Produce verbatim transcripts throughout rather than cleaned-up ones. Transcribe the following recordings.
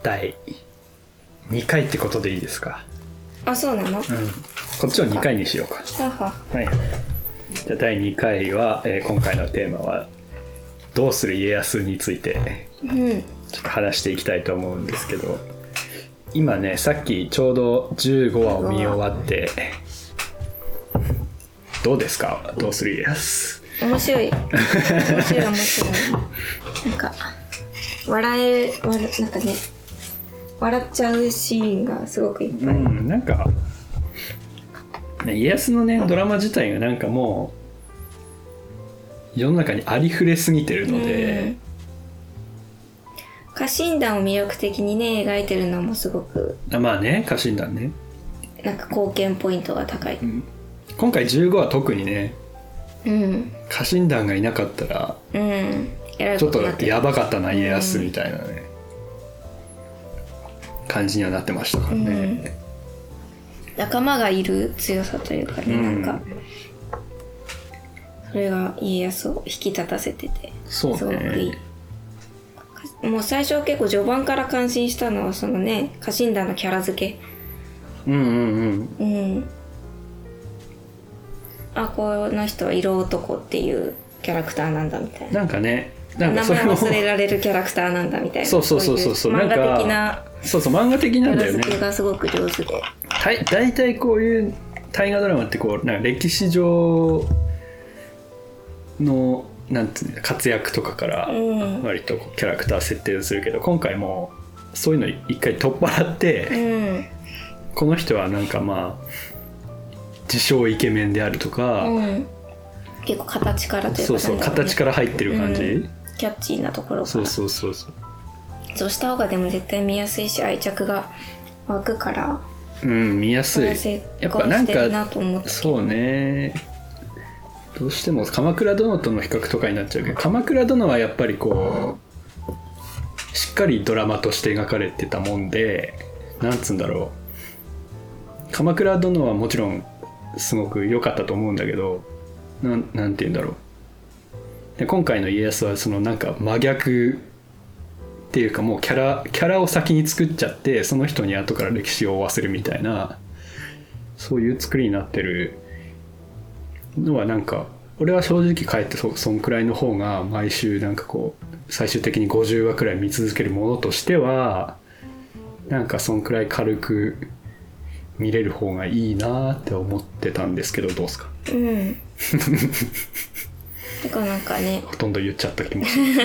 だいにかいってことでいいですか？ あ、そうなの？うん、こっちをにかいにしようか。はは、はい、じゃあだいにかいは、えー、今回のテーマはどうする家康についてちょっと話していきたいと思うんですけど、今ねさっきちょうどじゅうごわを見終わってどうですか？どうする家康。 面白い面白い面白いなんか笑え笑なんかね笑っちゃうシーンがすごくいっぱい、うん、 なんか家康のねドラマ自体がなんかもう世の中にありふれすぎてるので、 うん、家臣団を魅力的にね描いてるのもすごく、 あ、まあね、家臣団ね、 なんか貢献ポイントが高い、うん、 今回じゅうごは特にね、 うん、 家臣団がいなかったら、うん、ちょっとやばかったな家康みたいなね、うん、感じにはなってましたからね、 うん、仲間がいる強さというかね、うん、なんかそれが家康を引き立たせてて、 そうね、 すごくいい。もう最初結構序盤から感心したのはそのね家臣団のキャラ付け、 うんうんうん、うん、 あ、この人は色男っていうキャラクターなんだみたいな、 なんかね、 なんか名前忘れられるキャラクターなんだみたいな、 そうそうそうそうそう、 漫画的な、 そうそう漫画的なんだよね。 キャラ付けがすごく上手で、 だいたいこういう大河ドラマってこうなんか歴史上のなんていうの活躍とかから割とこうキャラクター設定するけど、うん、今回もそういうの一回取っ払って、うん、この人はなんかまあ自称イケメンであるとか、うん、 結構形からというか、 そうそう、形から入ってる感じ、うん、 キャッチーなところから、 そうそうそうそう、 そうした方がでも絶対見やすいし愛着が湧くから、 うん、見やすい。やっぱなんかそうね、どうしても鎌倉殿との比較とかになっちゃうけど、鎌倉殿はやっぱりこうしっかりドラマとして描かれてたもんで、なんつうんだろう、鎌倉殿はもちろんすごく良かったと思うんだけど、なん、なんて言うんだろう、で今回の家康はそのなんか真逆っていうか、もうキャラキャラを先に作っちゃってその人に後から歴史を追わせるみたいな、そういう作りになってるのはなんか俺は正直かえって そ, そんくらいの方が毎週なんかこう最終的にごじゅうわくらい見続けるものとしてはなんかそんくらい軽く見れる方がいいなって思ってたんですけど、どうですか？うんてかなんかね、 ほとんど言っちゃった気もする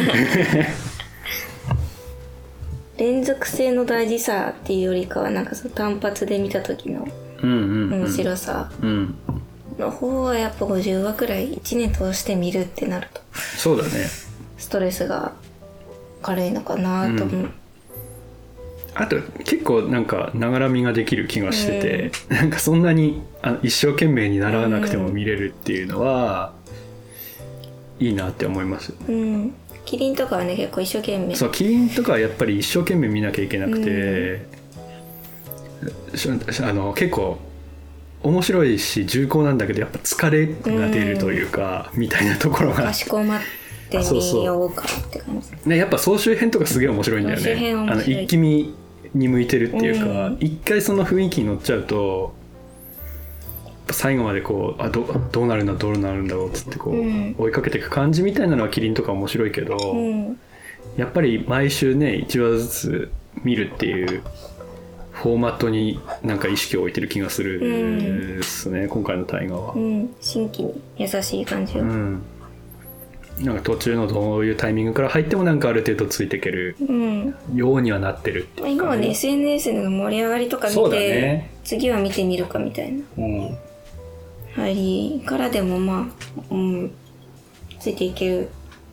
連続性の大事さっていうよりかはなんかその単発で見た時の面白さ、うんうんうんの方はやっぱごじゅうわくらいいちねん通して見るってなると、 そうだね、 ストレスが軽いのかなと思う、うん、 あと結構なんかながら見ができる気がしてて、うん、なんかそんなにあの一生懸命にならなくても見れるっていうのは、うん、いいなって思います、うん、 キリンとかはね結構一生懸命、 そうキリンとかはやっぱり一生懸命見なきゃいけなくて、うん、あの結構面白いし重厚なんだけどやっぱ疲れが出るというか、うん、みたいなところが、 かしこまってみようかって感じ、 ね、やっぱ総集編とかすげえ面白いんだよね。あの一気見に向いてるっていうか、うん、一回その雰囲気に乗っちゃうと最後までこうあ ど, どうなるんだどうなるんだろうっつってこう、うん、追いかけていく感じみたいなのはキリンとか面白いけど、うん、やっぱり毎週ねいちわずつ見るっていうフォーマットになんか意識を置いてる気がするですね、うん、今回の大河は、うん、 新規に優しい感じを、うん、 なんか途中のどういうタイミングから入ってもなんかある程度ついていけるようにはなってるっていうか、ね、 今はね エスエヌエス の盛り上がりとか見て、ね、次は見てみるかみたいな、うん、入りからでもまあ、うん、ついていける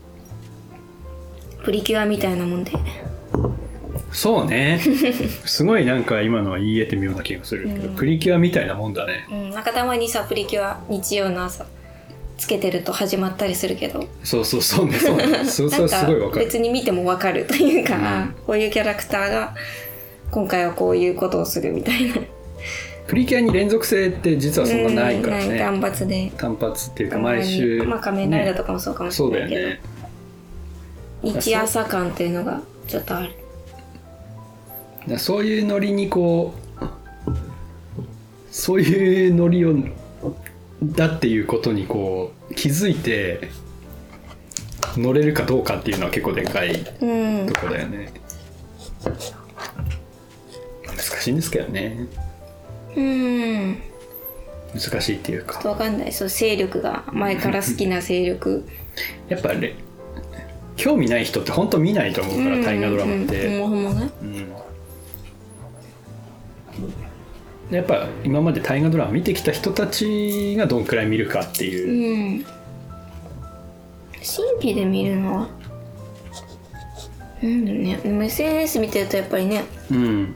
プリキュアみたいなもんで、 そうねすごいなんか今のは言い得て妙な気がするけど、うん、プリキュアみたいなもんだね、 うん、なんかたまにさプリキュア日曜の朝つけてると始まったりするけど、 そうそうそうねそうねそうそうすごいわかる、 別に見てもわかるというか、うん、こういうキャラクターが今回はこういうことをするみたいな。 プリキュアに連続性って実はそんなないからね、うん、ない単発で単発っていうか毎週、 まあ仮面ライダーとかもそうかもしれないけど、 ね、 一朝感っていうのがちょっとある。 そういうノリにこうそういうノリをだっていうことにこう気づいて乗れるかどうかっていうのは結構でかいとこだよね、うん、難しいんですけどね。 うん難しいっていうか分かんない。そう勢力が前から好きな勢力やっぱね興味ない人って本当見ないと思うから、大河ドラマって、うんうんうんうん、やっぱ今まで大河ドラマ見てきた人たちがどんくらい見るかっていう、うん、 新規で見るのはなんだろうね。でも エスエヌエス 見てるとやっぱりね、うん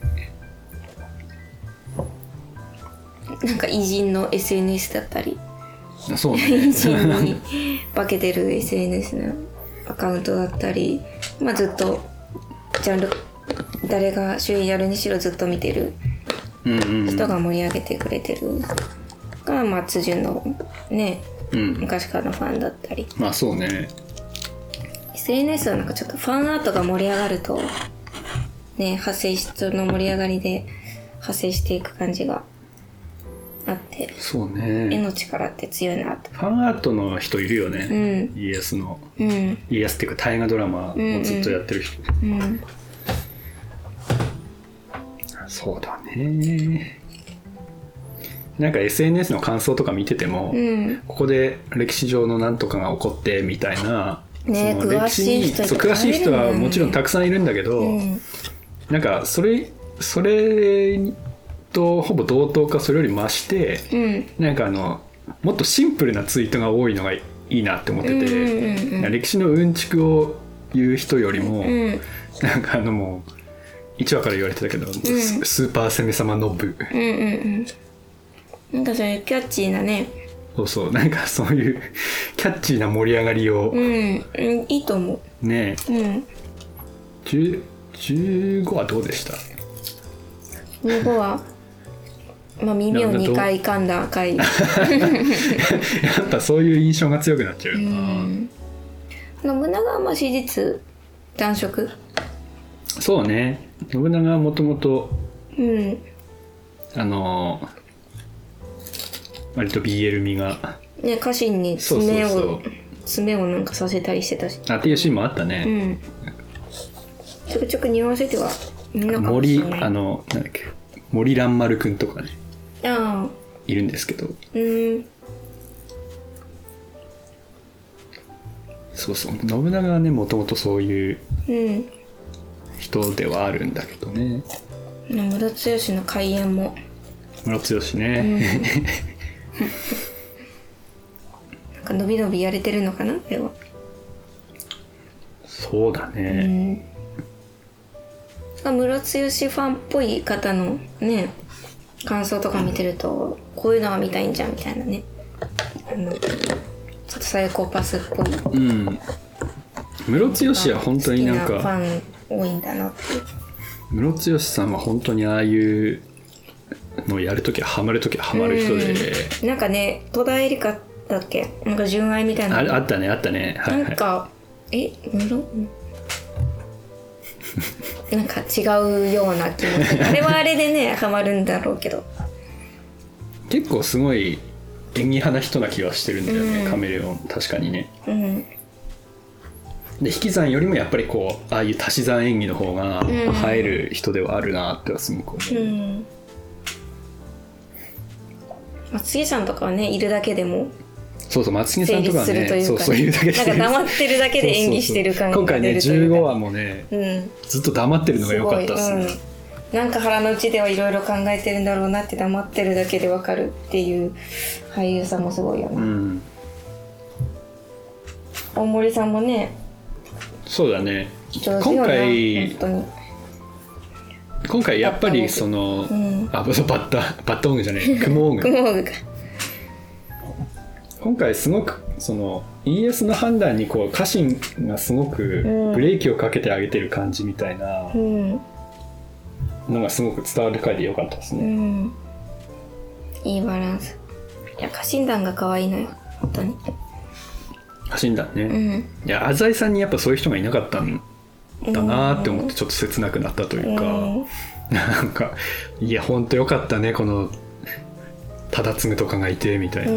なんか偉人の エスエヌエス だったり、 そうね、 偉人に化けてる エスエヌエス のアカウントだったり、まあ、ずっとジャンル誰が主演やるにしろずっと見てる人が盛り上げてくれてるが、まあ、つじゅんのね、うん、昔からのファンだったり、 まあそうねエスエヌエス はなんかちょっとファンアートが盛り上がるとね派生し人の盛り上がりで派生していく感じがあって、 そうね、 絵の力って強いなと。 ファンアートの人いるよね、うん、イエスの、うん、イエスっていうか大河ドラマをずっとやってる人、うんうん、そうだね。なんか エスエヌエス の感想とか見てても、うん、ここで歴史上のなんとかが起こってみたいな、 ね、その歴史に詳しい人いっぱいいるんだよね。 詳しい人はもちろんたくさんいるんだけど、うん、なんかそれそれにとほぼ同等かそれより増して、うん、なんかあのもっとシンプルなツイートが多いのがいいなって思ってて、うんうんうん、歴史のうんちくを言う人よりも、うん、なんかあのもういちわから言われてたけど、うん、ス, スーパー攻め様ノブ、うんうんうん、 なんかそういうキャッチーなね、 そうそうなんかそういうキャッチーな盛り上がりを、 うんうん、いいと思うねえ、うん、じゅうごはどうでした？ じゅうごはまあ、耳をにかい噛んだ回やっぱそういう印象が強くなっちゃうな。 うん信長はまあ史実男色。 そうね、信長はもともとあの割と ビーエル 味がね、家臣に爪をそうそうそう爪をなんかさせたりしてたし、 あっていうシーンもあったね、うん、 ちょくちょく匂わせてはみんなかもしれない。 森あのなんだっけ森蘭丸くんとかね、 あいるんですけど、 うんそうそう信長はねもともとそういう人ではあるんだけどね、 うん、ムロツヨシの開演もムロツヨシね、 うん、なんか伸び伸びやれてるのかなこれは。 そうだね、 うん、ムロツヨシファンっぽい方のね感想とか見てるとこういうのが見たいんじゃんみたいなね、あのちょっとサイコパスっぽい、うん、 ムロツヨシは本当になんか好きなファン多いんだなって。 ムロツヨシさんは本当にああいうのをやるときはハマるときはハマる人で、 うん、なんかね戸田恵梨香だっけなんか純愛みたいなあ, あったねあったね、 はいはい、なんかえムロなんか違うような気持ちあれはあれでねハマるんだろうけど結構すごい演技派な人な気はしてるんだよね、うん、カメレオン確かにね、うん、で引き算よりもやっぱりこうああいう足し算演技の方が映える人ではあるなってはすごく思う、うん、 松木さんとかはねいるだけでもそうそう松木さんとかはねそうそういうだけでなんか黙ってるだけで演技してる感じが出るというか、 今回ねじゅうごわもね、うん、ずっと黙ってるのが良かったですね、 うん、なんか腹の内ではいろいろ考えてるんだろうなって黙ってるだけで分かるっていう俳優さんもすごいよね、うん、大森さんもねそうだね今回本当に今回やっぱりその、うん、あバッタバッタオングじゃねえクモオングクモオングか今回すごくその イーエス の判断にこう家臣がすごくブレーキをかけてあげてる感じみたいなのがすごく伝わる回で良かったですね、うん、 いいバランス。いや家臣団が可愛いのよ本当に。 家臣団ね、うん、いや浅井さんにやっぱそういう人がいなかったんだなって思ってちょっと切なくなったというか、うん、なんかいやほんとよかったねこの忠次とかがいてみたいな、うん、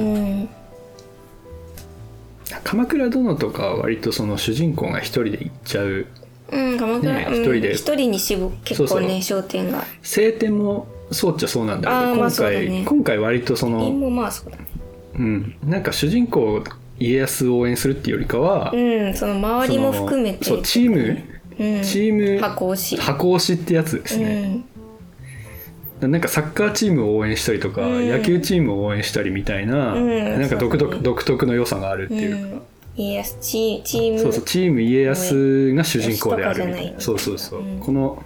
鎌倉殿とかは割とその主人公が一人で行っちゃう、 うん、鎌倉、ね、一人で一人に絞結構ね焦点が晴天もそうっちゃそうなんだけど、今回、ね、今回割とそのもまあそうだね、 うん、なんか主人公家康を応援するっていうよりかは、 うん、その周りも含めてそうチーム、うん、チーム箱推し箱推しってやつですね、うん、なんかサッカーチームを応援したりとか、うん、野球チームを応援したりみたいな、うん、なんか独特、ね、独特の良さがあるっていうか、うん、 家康チ、チームそうそうチーム家康が主人公であるみたいな、そうそうそう、うん、この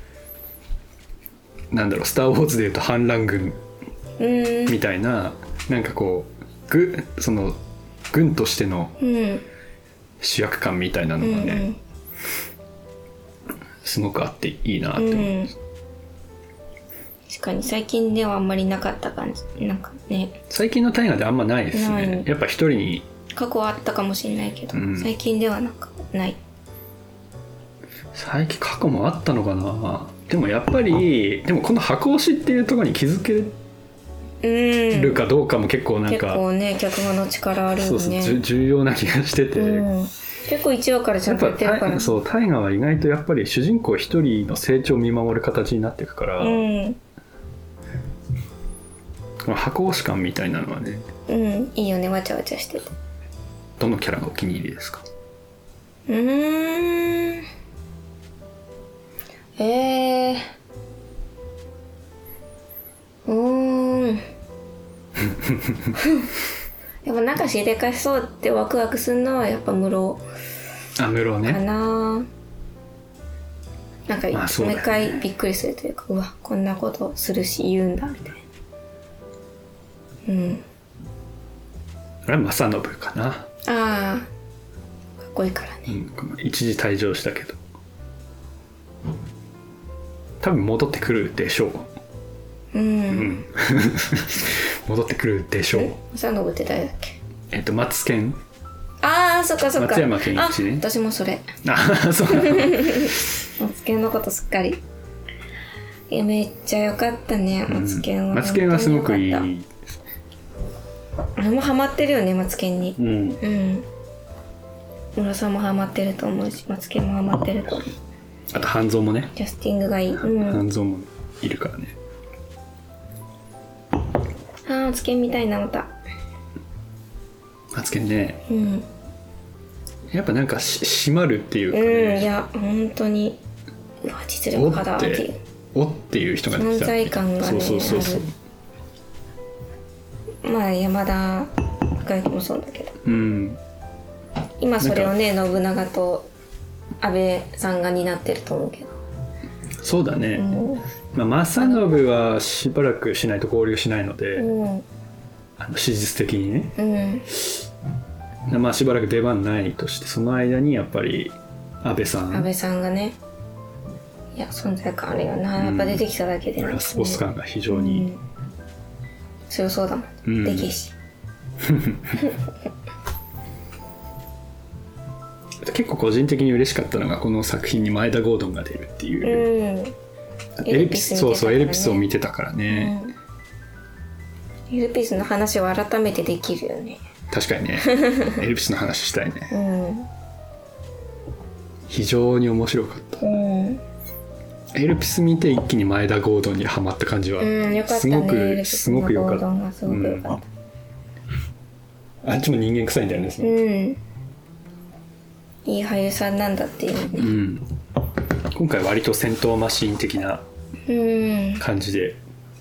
なんだろうスター・ウォーズでいうと反乱軍みたいな、うん、なんかこうぐその軍としての主役感みたいなのがね、うん、すごくあっていいなって思います、うん、 確かに最近ではあんまりなかった感じなんかね、 最近の大河であんまないですね、やっぱ一人に過去はあったかもしれないけど、うん、最近ではなんかない。 最近過去もあったのかな。でもやっぱりでもこの箱推しっていうところに気づけるかどうかも結構なんか、 結構ね脚本の力あるよね。 そうそう重要な気がしてて、うん、 結構いちわからちゃんとやってるから、ね、 そう大河は意外とやっぱり主人公一人の成長を見守る形になっていくから、うん、箱推し感みたいなのはね、 うんいいよね、わちゃわちゃしてて。 どのキャラがお気に入りですか？ うーんえーうーんやっぱなんかしでかしそうってワクワクするのはやっぱ室あ室ねかな。なんか、まあね、毎回びっくりするというか、うわこんなことするし言うんだみたいな。うんあれは正信かな。 ああかっこいいからね、 うん、一時退場したけど多分戻ってくるでしょう。うん、うん、戻ってくるでしょう。 正信って誰だっけ？ えっと松健。 ああそっかそっか。 松山健一ね。 私もそれ。 ああそうなの。 松健のことすっかり。いやめっちゃ良かったね、うん、松健は。 松健はすごくいい。 あれもハマってるよね松健に。うん。うん。村さんもハマってると思うし、松健もハマってると思う。 あと半蔵もね。 キャスティングがいい。うん、半蔵もいるからね。 ああ、松健みたいなまた。 松健ね。うん。やっぱなんかし締まるっていうかね。 うん、いや本当にうわ実力派だっていう。 おっていう人が出てきた。存在感がね。 そうそうそうそう。 まあ山田孝之もそうだけど。 うん。 今それをね信長と安倍さんが担ってると思うけど。 そうだね、うんまあ、正信はしばらくしないと合流しないので、うん、あの史実的にね、うんまあ、しばらく出番ないとして、その間にやっぱり安倍さん安倍さんがね、いや存在感あるよな、うん、やっぱ出てきただけでね、 ラスボス感が非常に、うん、 強そうだもん、うん、でけえし結構個人的に嬉しかったのがこの作品に前田ゴードンが出るっていう、うん、エルピス、そうそうエルピスを見てたからね、 うん、エルピスの話を改めてできるよね。 確かにねエルピスの話したいね、うん、非常に面白かった、うん、エルピス見て一気に前田ゴードンにハマった感じは、うん、よかったね、すごくすごく良かった、うん、あっちも人間臭いんだよね、うんいい俳優さんなんだっていうね、うん、 今回割と戦闘マシーン的な感じで、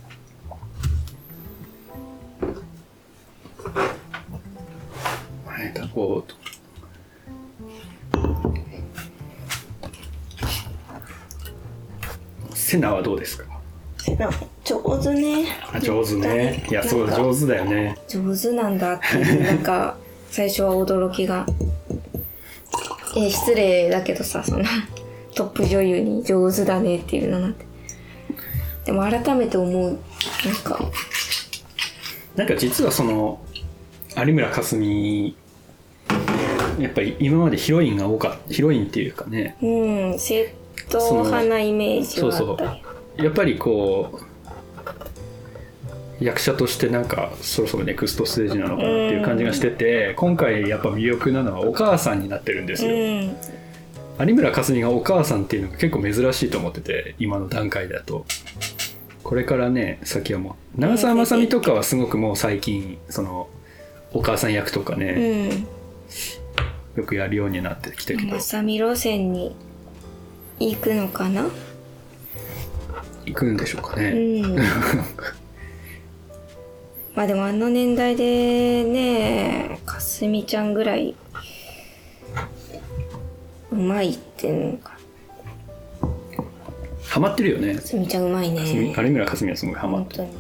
前田ゴードンセナはどうですか？ セナ上手ね。 あ上手ね。いやそう上手だよね。 上手なんだっていうなんか最初は驚きがえー、失礼だけどさ、そんなトップ女優に上手だねっていうのなんて。でも改めて思う、なんかなんか実はその有村架純やっぱり今までヒロインが多かったヒロインっていうかね、 うん、正統派なイメージはあった。そうそうやっぱりこう役者としてなんかそろそろネクストステージなのかなっていう感じがしてて、うん、今回やっぱ魅力なのはお母さんになってるんですよ、うん、有村架純がお母さんっていうのが結構珍しいと思ってて、今の段階だと。これからね先はもう長澤まさみとかはすごくもう最近そのお母さん役とかね、うん、よくやるようになってきてるけど、 まさみ路線に行くのかな。 行くんでしょうかね、うん、 まあでもあの年代でねかすみちゃんぐらいうまいっていうのか、 ハマってるよね。 かすみちゃんうまいね。 有村架純はすごいハマってる。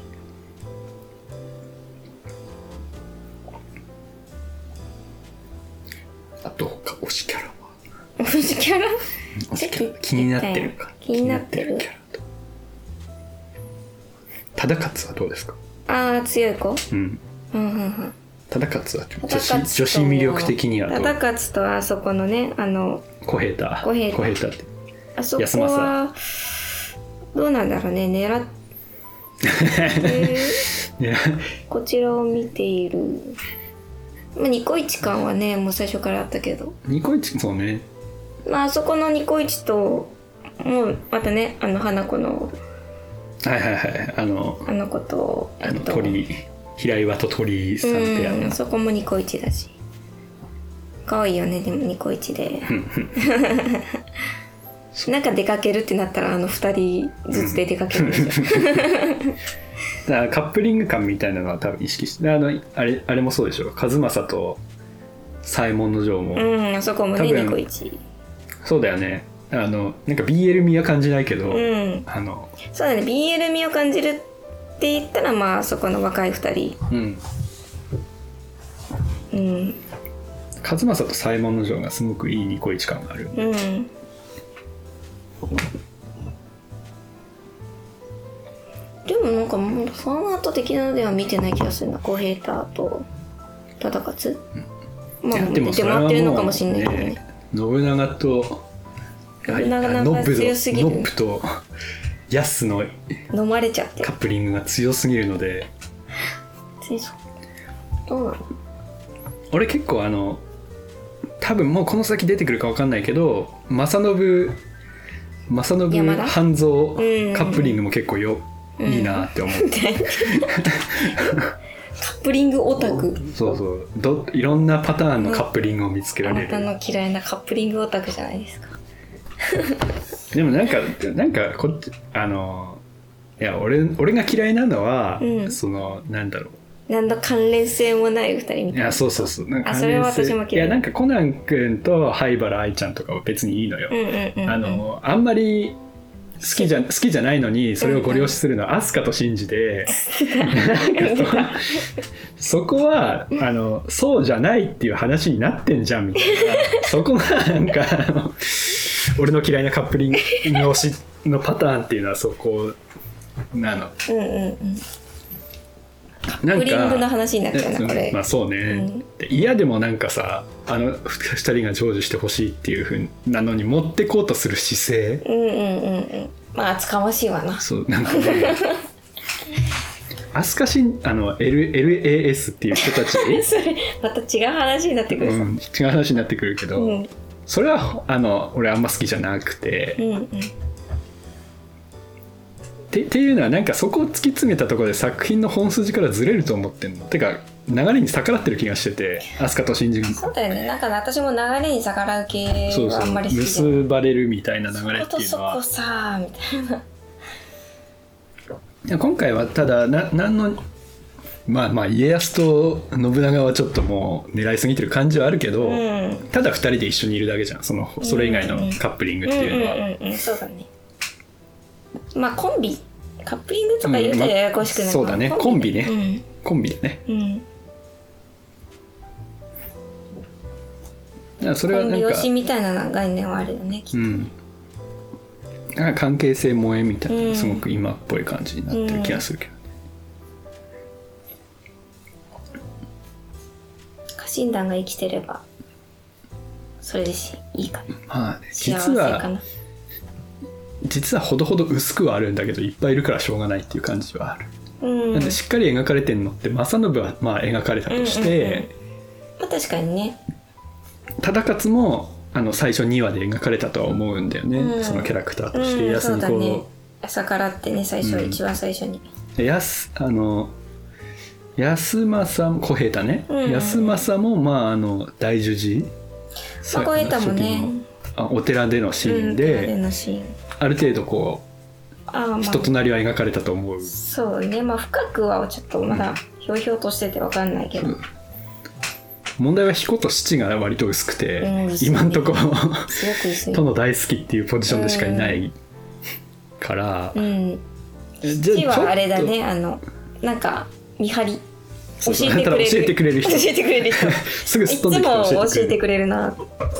あと他推しキャラは推しキャラ推しキャラ気になってるか気になってるキャラと忠勝はどうですか。 ああ強い子、うん、うんうんうん忠勝は女子女子魅力的にはどう。 忠勝とあそこのねあの小平太小平太ってあそこはどうなんだろうね狙って、ね、こちらを見ている、まあ、ニコイチ感はねもう最初からあったけど、 ニコイチそうね、 まああそこのニコイチともうまたねあの花子のはいはいはいあのあの子とあの鳥平岩と鳥さんペアの、 うん、そこもニコイチだし可愛いよね。でもニコイチでなんか出かけるってなったらあのふたりずつで出かけるんですよ、うん、だからカップリング感みたいなのは多分意識して、あのあれあれもそうでしょ、和正と左衛門尉も、 うんあそこもねニコイチそうだよね。あのなんか ビーエル 味は感じないけど、うん、あのそうだね ビーエル 味を感じるって言ったらまあそこの若いふたり、うんうん、和正と左衛門尉がすごくいいニコイチ感がある、うんでもなんかもうファンアート的なのでは見てない気がするな。小平太と忠勝、うん、まあ出て回ってるのかもしれないけどね。 信長と信長が強すぎる。 ノップとヤスの飲まれちゃってカップリングが強すぎるので強そう。どうなの？ 俺結構あの多分もうこの先出てくるか分かんないけど正信正信半蔵カップリングも結構よ、うん、いいなって思って、うん、カップリングオタク。 そうそうどいろんなパターンのカップリングを見つけられる。 あなたの嫌いなカップリングオタクじゃないですかでもなんかなんかこっちあのいや 俺, 俺が嫌いなのは、うん、そのなんだろう何の関連性もないふたりみたいな。 いやそうそうそうなんかあそれは私も嫌い。 いやなんかコナン君と灰原愛ちゃんとかは別にいいのよ、うんうんうんうん、あのあんまり好きじゃ好きじゃないのにそれをご了承するのは飛鳥と真治で、うんうん、そこはあのそうじゃないっていう話になってんじゃんみたいなそこがなんかあの俺の嫌いなカップリング推しのパターンっていうのはそこなの。うんうんうんカップリングの話になっちゃうなこれ。 まあそうね、うん、嫌でもなんかさあのふたりが成就してほしいっていう風なのに持ってこうとする姿勢、うんうんうんうんまあ厚かましいわな。 そうなんかね飛鳥しんあの L エルエーエス っていう人たちそれまた違う話になってくる、うん、 違う話になってくるけど、うん、それはあの俺あんま好きじゃなくて、うんうんってっていうのはなんかそこを突き詰めたところで作品の本筋からずれると思ってんの。てか流れに逆らってる気がしてて飛鳥と真治。 そうだよね。なんか私も流れに逆らう系はあんまり好きじゃない。 そうそう結ばれるみたいな流れっていうのはそことそこさみたいな。今回はただな何のまあまあ家康と信長はちょっともう狙いすぎてる感じはあるけど、うん、ただふたりで一緒にいるだけじゃん。そのそれ以外のカップリングっていうのは。 うんうんうんうん、そうだね。まあコンビカップリングとか言うとややこしくない、うんま、 そうだねコンビね、うん、コンビでね、うん、だからそれはなんかコンビ推しみたいな概念はあるよねきっと、うん、 なんか関係性萌えみたいな、うん、すごく今っぽい感じになってる気がするけど、 うん、家臣団が生きてればそれでしいいかな、 まあね、実は実はほどほど薄くはあるんだけどいっぱいいるからしょうがないっていう感じはある、うん、なんでしっかり描かれてんのって正信はまあ描かれたとして、うんうんうん、 まあ、確かにね忠勝もあの最初にわで描かれたとは思うんだよね、うん、そのキャラクターとして安にこう、うん、そうだね、 朝からってね最初、うん、一番最初に安あの安政小平太ね、うんうん、安政もまああの大樹寺、 まあ、小平太もねあお寺でのシーンで、うん、ーンある程度こうあ、まあ、人となりは描かれたと思う。 そうね、まあ深くはちょっとまだひょうひょうとしてて分かんないけど、うん、 問題は彦と七が割と薄くて、うん、今んとこ殿大好きっていうポジションでしかいないから、うん、 七はあれだね、あのなんか見張り教えてくれる教えてくれる人教えてくれる人すぐすっ飛んできていつも教えてくれるな。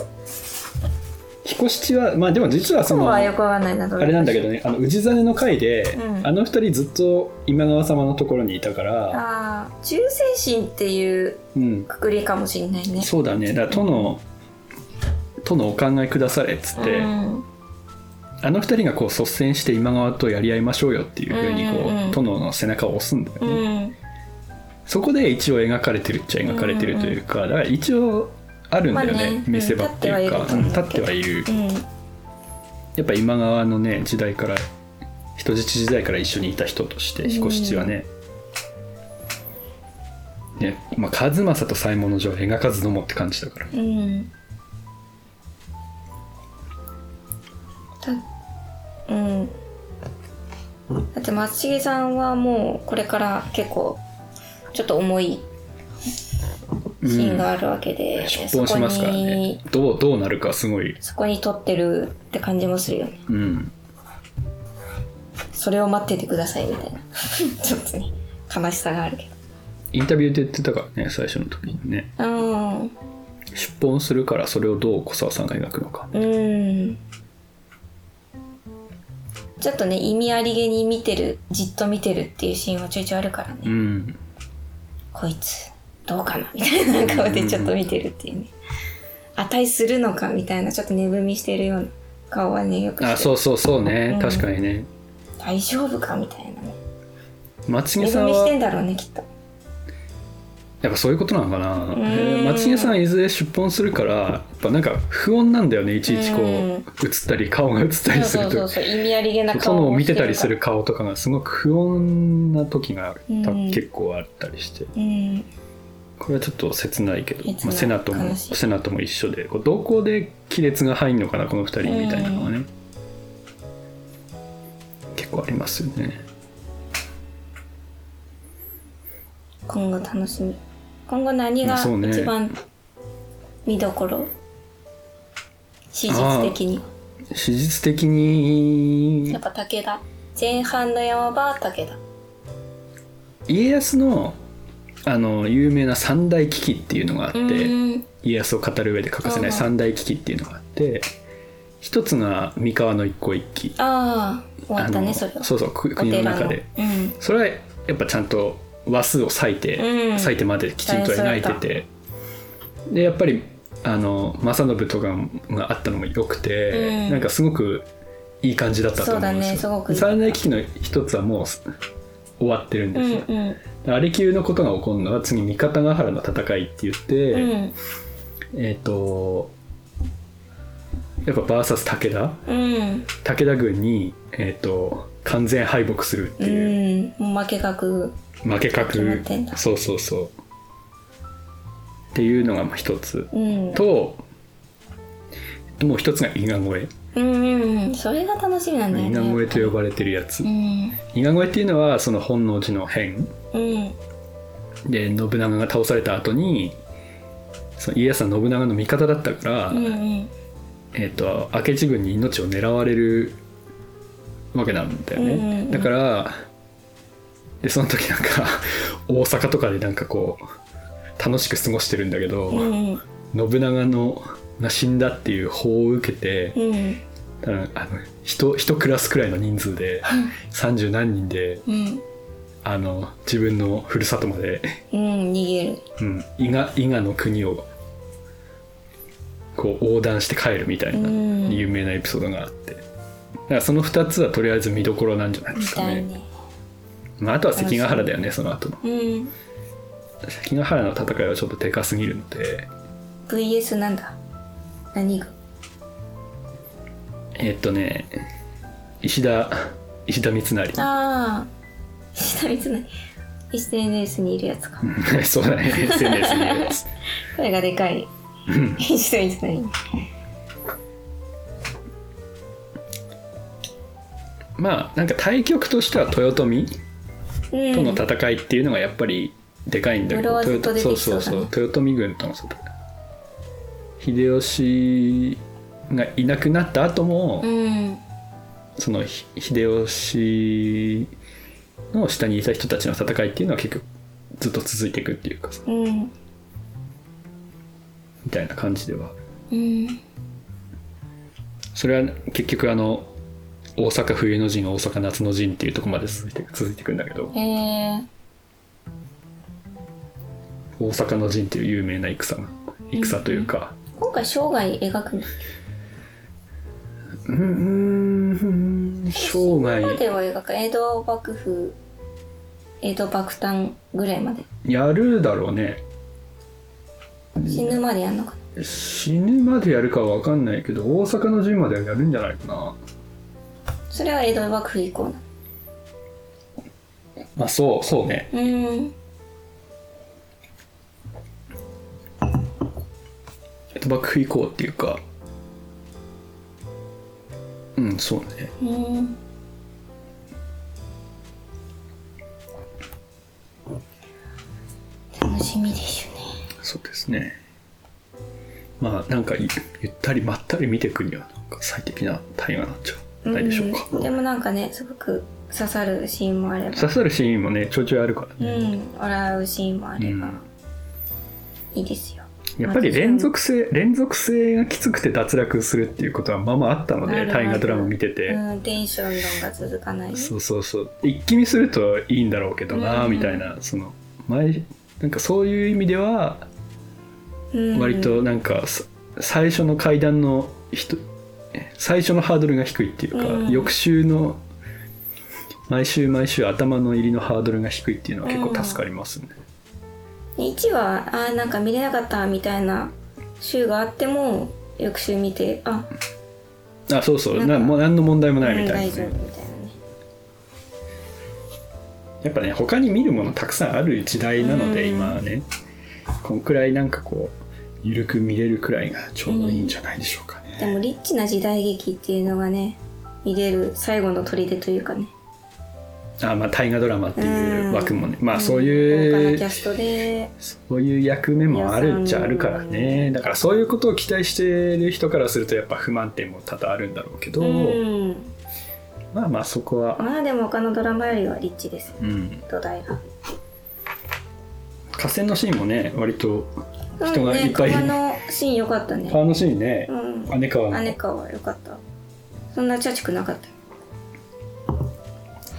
彦七はまあでも実はそのはよくわかんないな、 あれなんだけどね、あの氏真の回で、うん、あの二人ずっと今川様のところにいたから、 あ忠誠心っていうくくりかもしれないね、うん、 そうだね。だから殿、うん、殿お考えくだされっつって、うん、あの二人がこう率先して今川とやり合いましょうよっていう風にこう、うんうん、殿の背中を押すんだよね、うん、そこで一応描かれてるっちゃ描かれてるというか、だから一応あるんだよね、まあね、見せ場っていうか、立ってはいる、うん、やっぱ今川のね時代から人質時代から一緒にいた人として彦七はね、うん、ね、まあ、数正と左衛門尉は描かずのもって感じだから、うん、 だ, うん、だって松重さんはもうこれから結構ちょっと重いシーンがあるわけで、 うん、出奔しますからね。どうどうなるかすごいそこに撮ってるって感じもするよね、うん、それを待っててくださいみたいなちょっとね悲しさがあるけど、 インタビューで言ってたからね最初の時にね、うん、出奔するからそれをどう小沢さんが描くのか、うん、 ちょっとね意味ありげに見てるじっと見てるっていうシーンはちょいちょいあるからね、うん、こいつどうかなみたいな顔でちょっと見てるっていうね、値するのかみたいなちょっと寝踏みしてるような顔はねよくしてる。 あ、そうそうそうね、うん、確かにね大丈夫かみたいなね、 松重さんは寝踏みしてんだろうねきっと。 やっぱそういうことなのかな、松重さんいずれ出奔するからやっぱなんか不穏なんだよね、いちいちこう映ったり顔が映ったりすると、 そうそうそう、意味ありげな顔殿を見てたりする顔とかがすごく不穏な時が結構あったりして、うん、これはちょっと切ないけど、まあ、セナトもセナトも一緒でこうどこで亀裂が入るのかなこのふたりみたいなのがね、結構ありますよね。 今後楽しみ。今後何が一番見どころ、ね、史実的に史実的にやっぱ武田前半の山場は武田、 家康のあの有名な三大危機っていうのがあって、家康を語る上で欠かせない三大危機っていうのがあって、一つが三河の一向一揆。 ああ終わったねそれは。 そうそう国の中で、うん、それはやっぱちゃんと話数を割いて、うん、割いてまできちんと描いてて、でやっぱりあの正信とかがあったのも良くて、うん、なんかすごくいい感じだったと思うんですよ。そうだね、すごくいい。三大危機の一つはもう終わってるんですよ、うんうん、あれ級のことが起こるのは次三方ヶ原の戦いって言って、うん、えっ、ー、とやっぱ ブイエス 武田、うん、武田軍に、えー、と完全敗北するっていう、 うん、負け確負け確そうそうそうっていうのが一つ、うん、ともう一つが伊賀越え、 うんうんうん、それが楽しみなんだよね。 伊賀越えと呼ばれてるやつ、うん、伊賀越えっていうのはその本能寺の変、うん、で信長が倒された後にその家康は信長の味方だったから、うんうん、えーと、明智軍に命を狙われるわけなんだよね、うんうんうん、だからでその時なんか大阪とかでなんかこう楽しく過ごしてるんだけど、うんうん、信長のが死んだっていう報を受けて、うん、だからあの 1, 1クラスくらいの人数でさんじゅう何人で、うん、あの自分のふるさとまで、 うん、逃げる、 うん、伊賀、伊賀の国をこう横断して帰るみたいな有名なエピソードがあって、だからそのふたつはとりあえず見どころなんじゃないですかね。ね、まあ、あとは関ヶ原だよね、その後の、うん、関ヶ原の戦いはちょっとでかすぎるので。 ブイエス なんだ、何がえー、っとね石田石田三成。 ああ、石田三成 エスエヌエス にいるやつかそうだね、 エスエヌエス にいるやつこれがでかい石田三成。 まあなんか対局としては豊臣との戦いっていうのがやっぱりでかいんだけど、うん、豊そうそうそう豊臣軍との戦い、秀吉がいなくなった後も、うん、その秀吉の下にいた人たちの戦いっていうのは結局ずっと続いていくっていうかさ、うん、みたいな感じでは、うん、それは結局あの大阪冬の陣大阪夏の陣っていうところまで続いて続いていくんだけど、へー、大阪の陣っていう有名な戦が戦というか、 うん、今回生涯描くんだっけ。うーん、生涯までは描く、江戸幕府江戸幕誕ぐらいまでやるだろうね。 死ぬまでやるのかな。 死ぬまでやるかは分かんないけど大阪の陣まではやるんじゃないかな。 それは江戸幕府以降なの。 まあそうそうね。うん。江戸幕府以降っていうか、うんそうね。うん。 楽しみでしょうね。 そうですね。まあなんかゆったりまったり見ていくにはなんか最適な大河なんちゃうないでしょうか、 うん、でもなんかねすごく刺さるシーンもあれば刺さるシーンもねちょいちょいあるからね、 うん、笑うシーンもあれば、うん、いいですよ。 やっぱり連続性連続性がきつくて脱落するっていうことはまあまああったので、大河ドラマ見てて、 うん、テンションが続かない。 そうそうそう、一気見するといいんだろうけどな、うん、みたいな、その前なんかそういう意味では割となんか最初の階段の人最初のハードルが低いっていうか、うん、翌週の毎週毎週頭の入りのハードルが低いっていうのは結構助かりますね、 うん、いちわあーなんか見れなかったみたいな週があっても翌週見てああそうそうなもう何の問題もないみたいな、ね、大丈夫みたいなね。やっぱね他に見るものたくさんある時代なので、うん、今はねこんくらいなんかこうゆるく見れるくらいがちょうどいいんじゃないでしょうかね、 うん、でもリッチな時代劇っていうのがね見れる最後の砦というかね、 あまあ大河ドラマっていう枠もね、うん、まあそういう、 うん、豪華なキャストでそういう役目もあるっちゃあるからね、だからそういうことを期待してる人からするとやっぱ不満点も多々あるんだろうけど、うん、まあまあそこはまあでも他のドラマよりはリッチですよ、うん、土台が。 合戦のシーンもね割と人がいっぱいいる、 うんね、川のシーン良かったね。 川のシーンね、 うん、 姉川の姉川良かった。そんなチャチくなかった。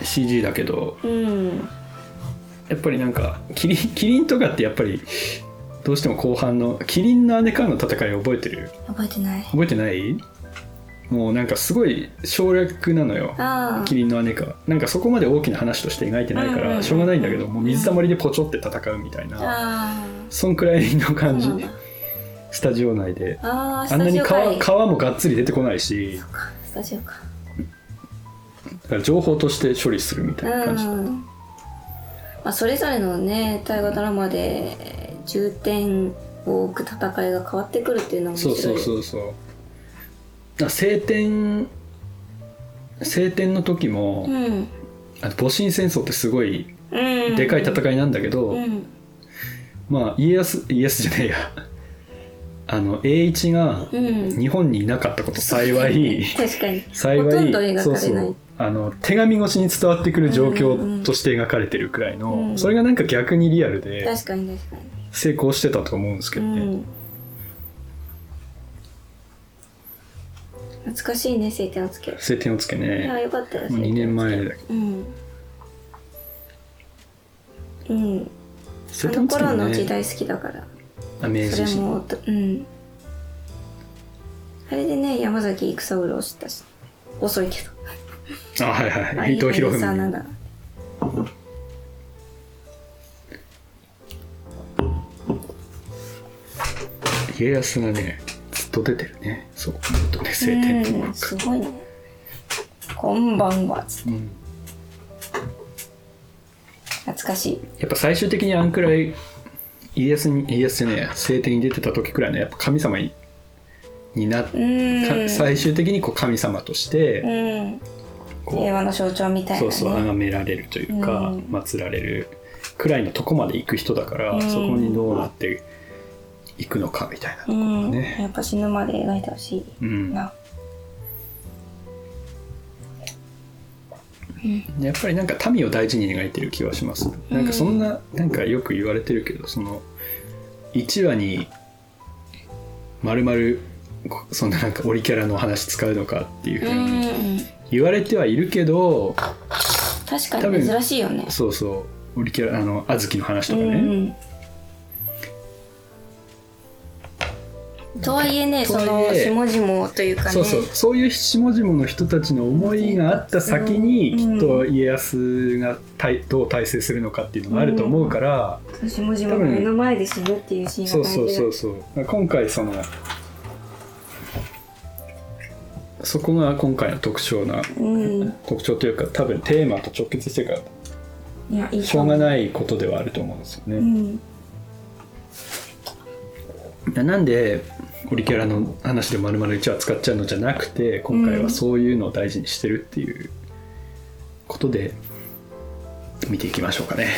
シージー だけど、うん、やっぱりなんかキリン、キリンとかってやっぱりどうしても後半のキリンの姉川の戦い覚えてる？ 覚えてない。 覚えてない？もうなんかすごい省略なのよ、キリンの姉川。なんかそこまで大きな話として描いてないからしょうがないんだけど、もう水たまりでポチョって戦うみたいな、そんくらいの感じ。スタジオ内で あ, あんなに 川, 川もがっつり出てこないし、 そうかスタジオか、 だから情報として処理するみたいな感じだった、うんまあ、それぞれのね大河ドラマで重点を置く戦いが変わってくるっていうのは面白い。 そうそうそうそう、晴天晴天の時も、うん、あの戊辰戦争ってすごいでかい戦いなんだけど、うんうん、まあ家康家康じゃねえやあの栄一が日本にいなかったこと幸い、 うん、確かに幸いほとんど描かれない。そうそうあの手紙越しに伝わってくる状況として描かれてるくらいの、うんうん、それがなんか逆にリアルで確かに確かに成功してたと思うんですけどね、うん、 懐かしいね晴天をつけ晴天をつけね。 いやよかったよにねんまえだけど、うんうん、あの頃の時代好きだから。 あ明治それも、うん、 あれでね山崎育三郎を知ったし、遅いけど。あ、はいはい。伊藤博文。なんだ。家康がねずっと出てるね。そう思うとね、晴天とうんすごいね。こんばんは、うん、懐かしい。 やっぱ最終的にあんくらい家康に家康じゃねえや晴天に出てた時くらいのやっぱ神様にになっ最終的にこう神様として、うん、 こう平和の象徴みたいな、ね、 そうそう崇められるというか、うん、祀られるくらいのとこまで行く人だから、うん、そこにどうなっていくのかみたいなところね、 うん、やっぱ死ぬまで描いてほしいな、 うん、やっぱりなんか民を大事に描いてる気はします、うん、なんかそんななんかよく言われてるけど、そのいちわに丸々そんななんかオリキャラの話使うのかっていうふうに言われてはいるけど、 確かに珍しいよね。 そうそうオリキャラあの小豆の話とかね、 うんとはいえね、その下々というかね、 そうそうそういう下々の人たちの思いがあった先にきっと家康がどう大成するのかっていうのがあると思うから、 うん、下々の目の前で死ぬっていうシーンがそうそうそうそう今回そのそこが今回の特徴な、うん、特徴というか多分テーマと直結してるからしょうがないことではあると思うんですよね、うん、なんでオリキャラの話で丸々いちわ使っちゃうのじゃなくて、今回はそういうのを大事にしてるっていうことで見ていきましょうかね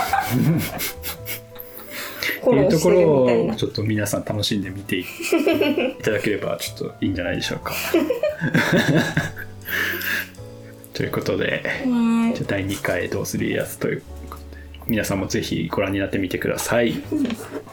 っていうところをちょっと皆さん楽しんで見ていただければちょっといいんじゃないでしょうかということで、じゃだいにかいどうする家康ということで皆さんもぜひご覧になってみてください。